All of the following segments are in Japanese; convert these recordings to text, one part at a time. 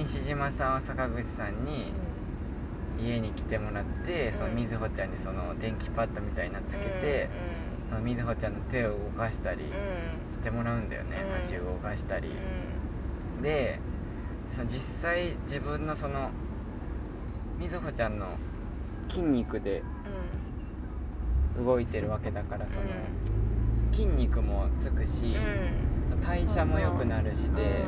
西島さんは坂口さんに家に来てもらって、そのみずほちゃんにその電気パッドみたいなのつけて、そのみずほちゃんの手を動かしたりしてもらうんだよね、足を動かしたり、でその実際自分のそのみずほちゃんの筋肉で動いてるわけだから、その筋肉もつくし、代謝も良くなるしで、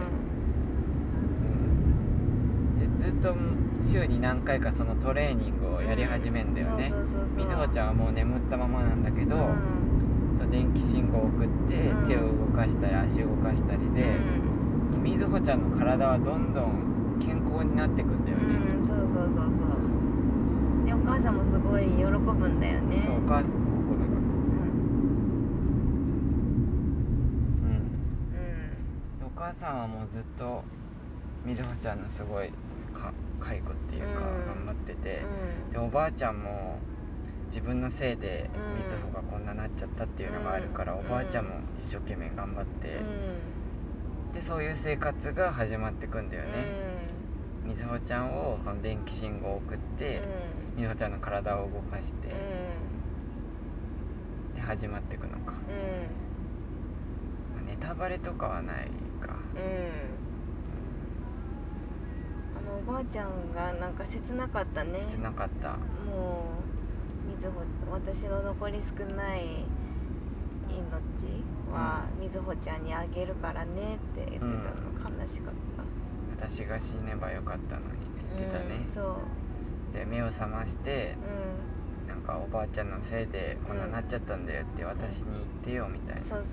ずっと週に何回かそのトレーニングをやり始めんだよね。みずほちゃんはもう眠ったままなんだけど、その電気信号を送って手を動かしたり足を動かしたりで、みずほちゃんの体はどんどん健康になってくんだよね。 そうでお母さんもすごい喜ぶんだよね。 そう、お母さんお母さんはもうずっとみずほちゃんのすごい介護っていうか頑張ってて、でおばあちゃんも自分のせいでみずほがこんななっちゃったっていうのがあるから、おばあちゃんも一生懸命頑張って、でそういう生活が始まってくんだよね。みずほちゃんをこの電気信号を送って、みずほちゃんの体を動かして、で始まってくのか。ネタバレとかはないか。 おばあちゃんがなんか切なかったね。 切なかった。 もうみずほ、私の残り少ない命はみずほちゃんにあげるからねって言ってたの、悲しかった。 私が死ねばよかったのにって言ってたね。 そうで目を覚まして、なんかおばあちゃんのせいでこんななっちゃったんだよって私に言ってよみたいな。 そう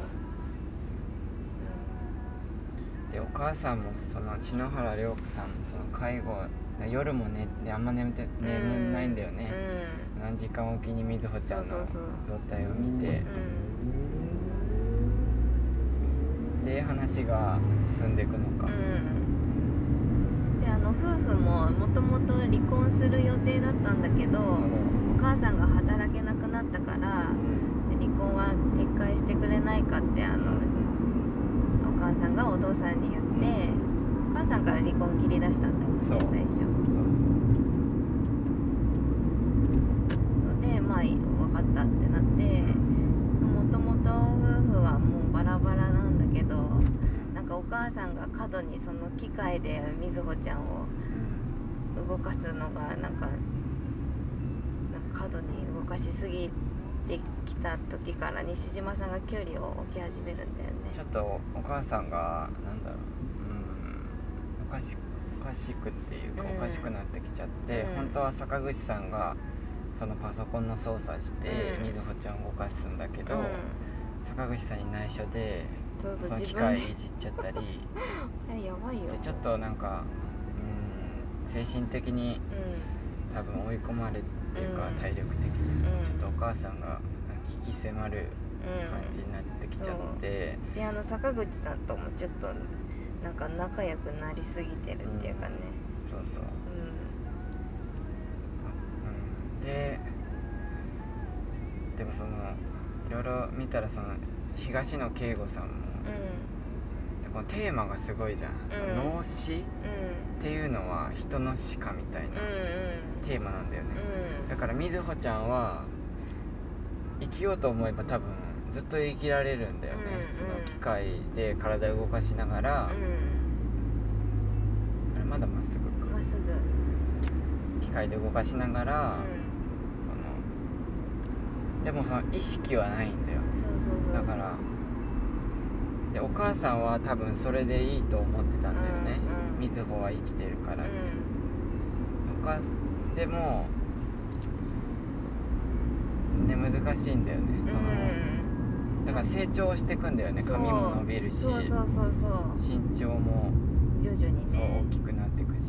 でお母さんもその篠原涼子さんもその介護、夜もあんま眠んないんだよね。何時間おきにみずほちゃんの状態を見て、で話が進んでいくのか。 で夫婦ももともと離婚する予定だったんだけど、お母さんが働けなくなったから、で離婚は撤回してくれないかってお母さんがお父さんに言って、お母さんから離婚切り出したんだよね、最初。そうでまあ分かったってなって、もともと夫婦はもうバラバラなんだけど、なんかお母さんが過度にその機械でみずほちゃんを動かすのがなんか過度に動かしすぎてきた時から西島さんが距離を置き始めるんだよね。 ちょっとお母さんがなんだろう、おかしくっていうか、おかしくなってきちゃって、本当は坂口さんがそのパソコンの操作してみずほちゃんを動かすんだけど、坂口さんに内緒でその機械いじっちゃったりやばいよ。 して、ちょっとなんか精神的に多分追い込まれっていうか、体力的にちょっとお母さんが危機迫る感じになってきちゃって、 で坂口さんともちょっとなんか仲良くなりすぎてるっていうかね。 でもそのいろいろ見たら、その東野圭吾さんも、このテーマがすごいじゃん、脳死っていうのは人の死かみたいなテーマなんだよね。だからみずほちゃんは生きようと思えば多分ずっと生きられるんだよね。その機械で体を動かしながら、あれまだまっすぐか、機械で動かしながら、でもその意識はないんだよ。だからでお母さんは多分それでいいと思ってたんだよね、みずほは生きてるからって。でもね、難しいんだよね。だから成長していくんだよね。髪も伸びるし、身長も徐々にね大きくなっていくし。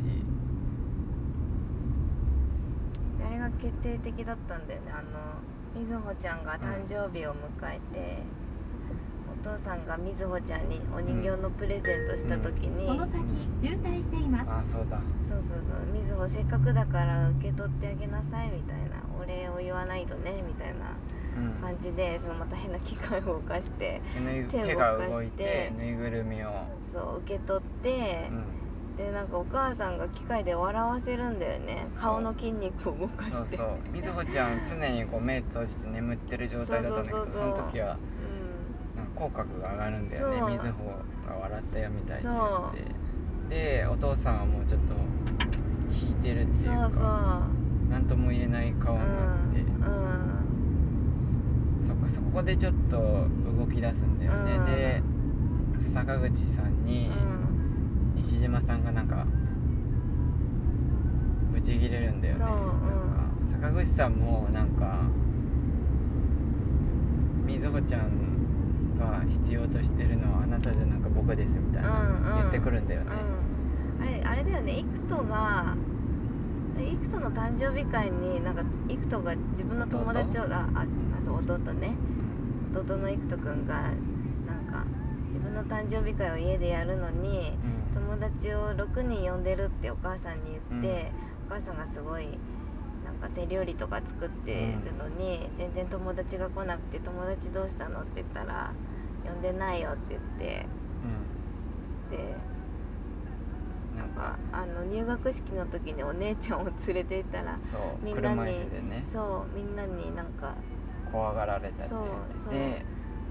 あれが決定的だったんだよね。みずほちゃんが誕生日を迎えて、お父さんがみずほちゃんにお人形のプレゼントした時に、 この先渋滞しています。 そうだ、 みずほせっかくだから受け取ってあげなさいみたいな、お礼を言わないとねみたいな感じで、そのまた変な機械を動かして手が動いてぬいぐるみを受け取って、 でなんかお母さんが機械で笑わせるんだよね、顔の筋肉を動かして。 そうみずほちゃん常にこう目閉じて眠ってる状態だったんだけど、その時はなんか口角が上がるんだよね。みずほが笑ったよみたいに言って、でお父さんはもうちょっと引いてるっていうか、なんとも言えない顔になって、そこでちょっと動き出すんだよね。で坂口さんに西島さんがなんかブチギレるんだよね。なんか坂口さんもなんかみずほちゃんが必要としてるのはあなたじゃなく僕ですみたいな言ってくるんだよね。 あれだよね、イクトの誕生日会になんかイクトが自分の友達をそう弟ね、弟のイクトくんがなんか自分の誕生日会を家でやるのに、友達を6人呼んでるってお母さんに言って、お母さんがすごいなんか手料理とか作ってるのに、全然友達が来なくて、友達どうしたのって言ったら呼んでないよって言って、でなんか入学式の時にお姉ちゃんを連れて行ったらみんなに、ね、みんなになんか怖がられたって言ってて、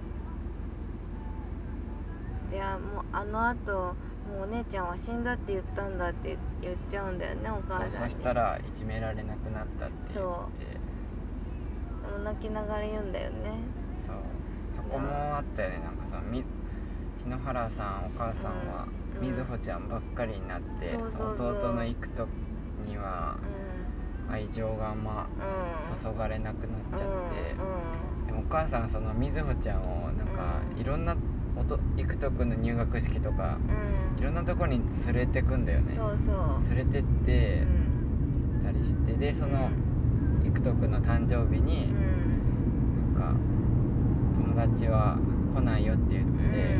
いやもうあの後もうお姉ちゃんは死んだって言ったんだって言っちゃうんだよね、お母さんに。 そしたらいじめられなくなったって言って、でも泣きながら言うんだよね。 そこもあったよね。なんかさ、篠原さんお母さんはみずほちゃんばっかりになって、弟のイクトには愛情が注がれなくなっちゃって、でもお母さんそのみずほちゃんをなんかいろんなイクト君の入学式とか、いろんなとこに連れてくんだよね。連れてってたりして、でそのイクト君の誕生日になんか友達は来ないよって言って、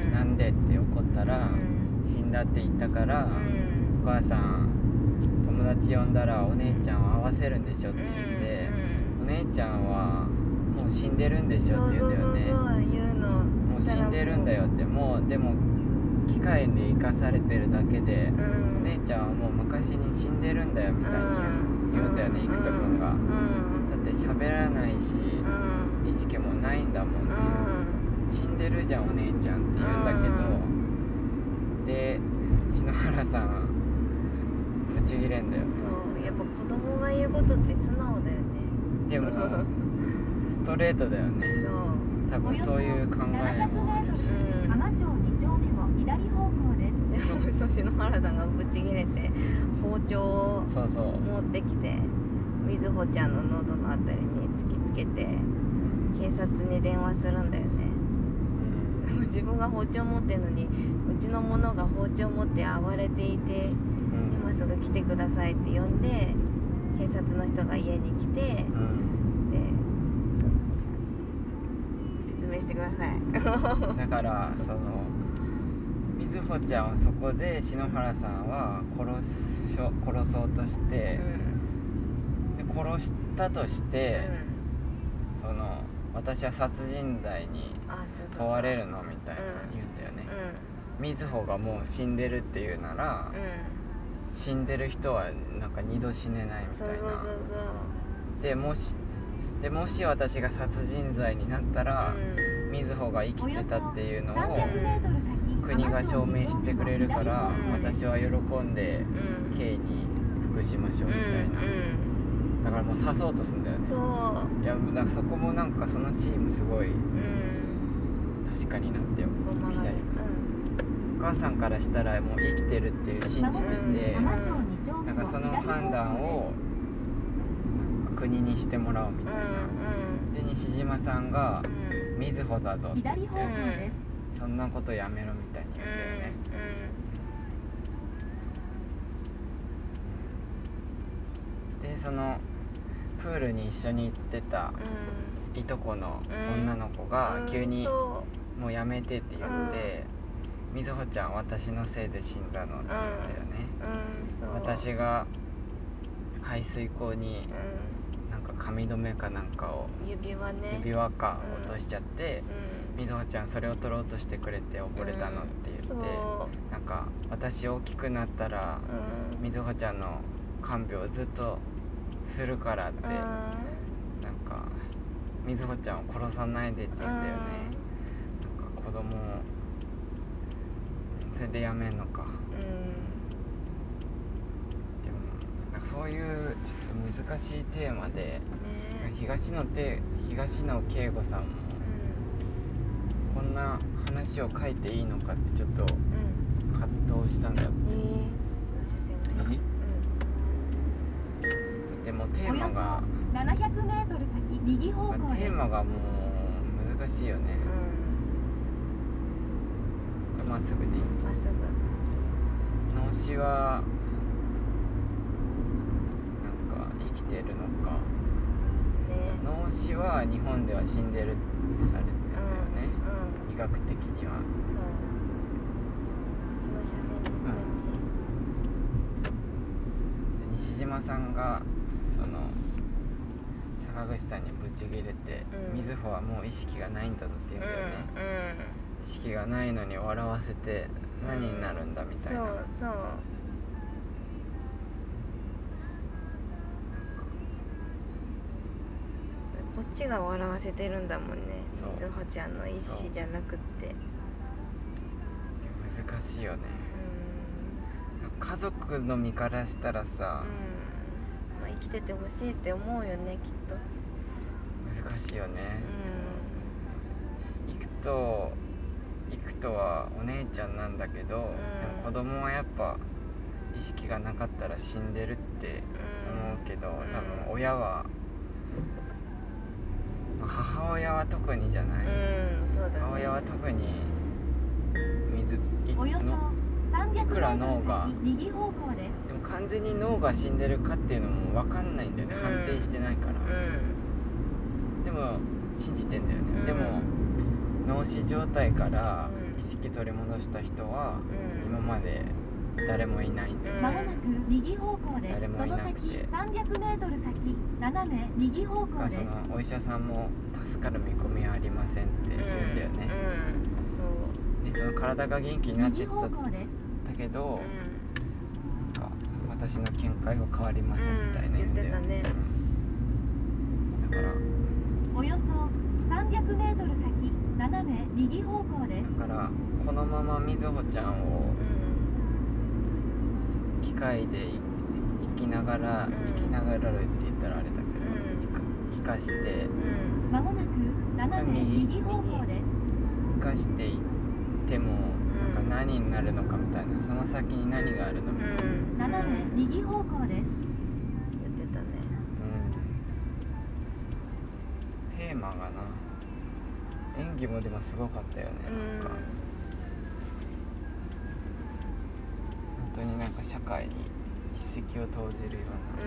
なんでって怒ったら、死んだって言ったから、お母さん友達呼んだらお姉ちゃんを会わせるんでしょって言って、お姉ちゃんはもう死んでるんでしょって言うんだよね。もう死んでるんだよって、でも機械で生かされてるだけで、お姉ちゃんはもう昔に死んでるんだよみたいに言うんだよね、イクト君が。だって喋らないし、意識もないんだもんっていう、死んでるじゃんお姉ちゃんって言うんだけど、で篠原さんブチギレんだよ。 やっぱ子供が言うことって素直だよね。 でもストレートだよね。多分そういう考えもあるし、 浜町2丁目を左方向です。 でも篠原さんがブチギレて包丁を持ってきてみずほちゃんの喉のあたりに突きつけて警察に電話するんだよね。自分が包丁持ってるのに、うちの者が包丁持って暴れていて、今すぐ来てくださいって呼んで、警察の人が家に来て、で説明してください。 だからそのみずほちゃんをそこで篠原さんは殺そうとして、で殺したとして、その私は殺人罪に問われるのみたいな言うんだよね。みずほがもう死んでるっていうなら、死んでる人はなんか二度死ねないみたいな。でもし私が殺人罪になったら、みずほが生きてたっていうのを国が証明してくれるから、私は喜んで刑に服しましょうみたいな。だからもう刺そうとするんだよね。いやだからそこもなんかそのシーンもすごい、確かになって思ったり、お母さんからしたらもう生きてるっていう信じてて、なんかその判断を国にしてもらおうみたいな。で西島さんがみずほだぞって言って、そんなことやめろみたいに言うんだよね。でそのプールに一緒に行ってたいとこの女の子が急にもうやめてって言って、みずほちゃん私のせいで死んだのって言うんだよね。私が排水溝になんか髪留めかなんかを、指輪か落としちゃって、 みずほちゃんそれを取ろうとしてくれて溺れたのって言って、 そうなんか私大きくなったら、みずほちゃんの看病をずっとするからって、なんかみずほちゃんを殺さないでって言うんだよね。なんか子供をそれでやめんのか。でもなんかそういうちょっと難しいテーマで、東野圭吾さんも、こんな話を書いていいのかってちょっと葛藤したんだって。 その写真がいい。 でもテーマが 700メートル先右方向です。 テーマがもう難しいよね。これまっすぐでいい？ まっすぐ。 脳死はなんか生きてるのか、脳死は日本では死んでるってされてるんだよね、医学的には。 そう。その写真見てで西島さんがその坂口さんにブチギレて、みずほはもう意識がないんだぞって言うんだよね。意識がないのに笑わせて何になるんだみたいな。 そうこっちが笑わせてるんだもんね、みずほちゃんの意思じゃなくって。 難しいよね。家族の身からしたらさ、 まあ、生きててほしいって思うよね、きっと。 難しいよね。幾人はお姉ちゃんなんだけど、でも子供はやっぱ意識がなかったら死んでるって思うけど、多分親は、母親は特にじゃない。 そうだね。 母親は特におよそ300 いくら脳メーがトル先右方向です。 でも完全に脳が死んでるかっていうのも分かんないんだよね、判定してないから。でも信じてんだよね。でも脳死状態から意識取り戻した人は今まで誰もいないんだよね。 まもなく右方向です。 誰もいなくて、 その先300メートル先斜め右方向です。 そのお医者さんも助かる見込みはありませんって言うんだよね。でその体が元気になってきたんだけど、なんか私の見解は変わりませんみたいな言うんだよ。 言ってたね。 だからおよそ300メートル先斜め右方向です。 だからこのままみずほちゃんを機械で生きながらるって言ったらあれだけど、生かしてまもなく斜め右方向です。 生かしていってもなんか何になるのかみたいな、その先に何があるのみたいな、 斜め右方向です。 言ってたね。 テーマがな、演技もでもすごかったよね。なんか本当になんか社会に一石を投じるよう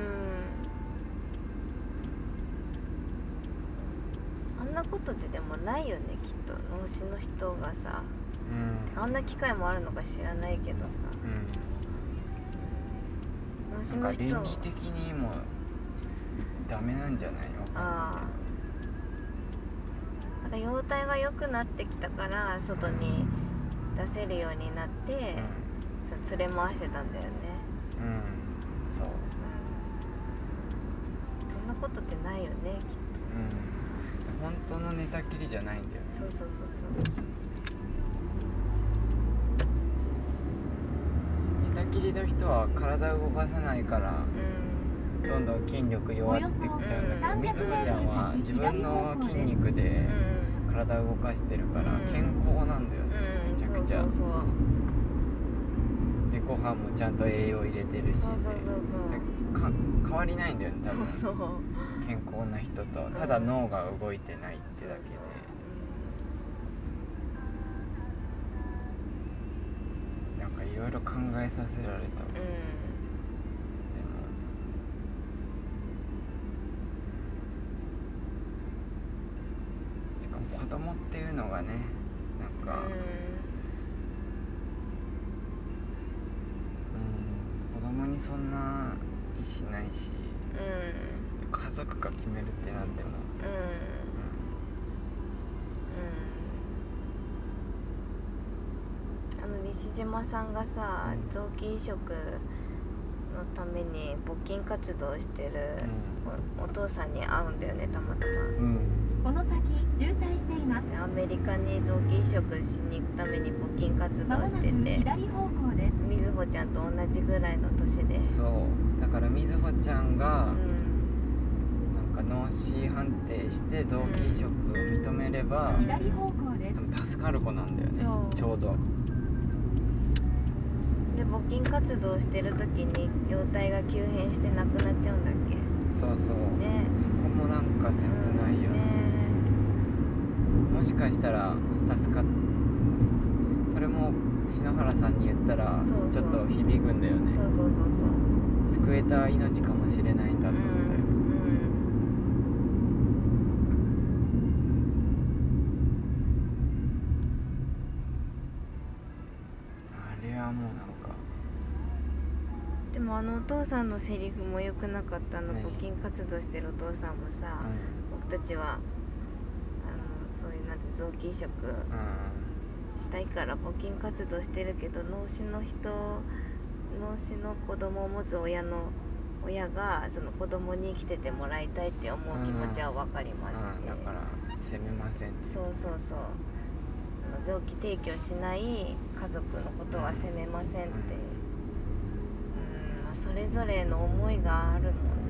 な、 あんなことってでもないよね、きっと。脳死の人がさ、あんな機会もあるのか知らないけどさ、脳死の人なんか倫理的にもダメなんじゃない？わかんないけど、なんか容体が良くなってきたから外に出せるようになって、連れ回してたんだよね。 そう、 そんなことってないよね、きっと。 本当の寝たきりじゃないんだよね。 そう寝たきりの人は体を動かさないから、どんどん筋力弱ってっちゃうんだけど、みずほちゃんは自分の筋肉で体を動かしてるから健康なんだよね、めちゃくちゃ。でご飯もちゃんと栄養入れてるし、変わりないんだよね、多分。健康な人と、ただ脳が動いてないってだけで。なんかいろいろ考えさせられたわ。でもしかも子供っていうのがね、なんか子供にそんな意思ないし、家族が決めるってなっても、 西島さんがさ、 うん臓器移植のために募金活動してる、お父さんに会うんだよね、たまたま。 この先渋滞しています。 でアメリカに臓器移植しに行くために募金活動まもなくしてて、 左方向です。 みずほちゃんと同じぐらいの年で、 そうだからみずほちゃんがうんなんか脳死判定して臓器移植を認めれば、 左方向です。 多分助かる子なんだよね。 そうちょうどで募金活動してる時に容体が急変して亡くなっちゃうんだっけそうそう、 ね。 そこもなんか切ないよね。もしかしたら助かっそれも篠原さんに言ったらそうそうちょっと響くんだよね。 そうそうそうそう救えた命かもしれないんだと思って、あれはもうなんかでもお父さんのセリフも良くなかったの。 何募金活動してるお父さんもさ、僕たちはそういうなんて臓器移植したいから募金活動してるけど、脳死の子供を持つ親がその子供に生きててもらいたいって思う気持ちは分かりますね。 だから責めませんって。 そうそうそう、その臓器提供しない家族のことは責めませんって、まあ、それぞれの思いがあるもん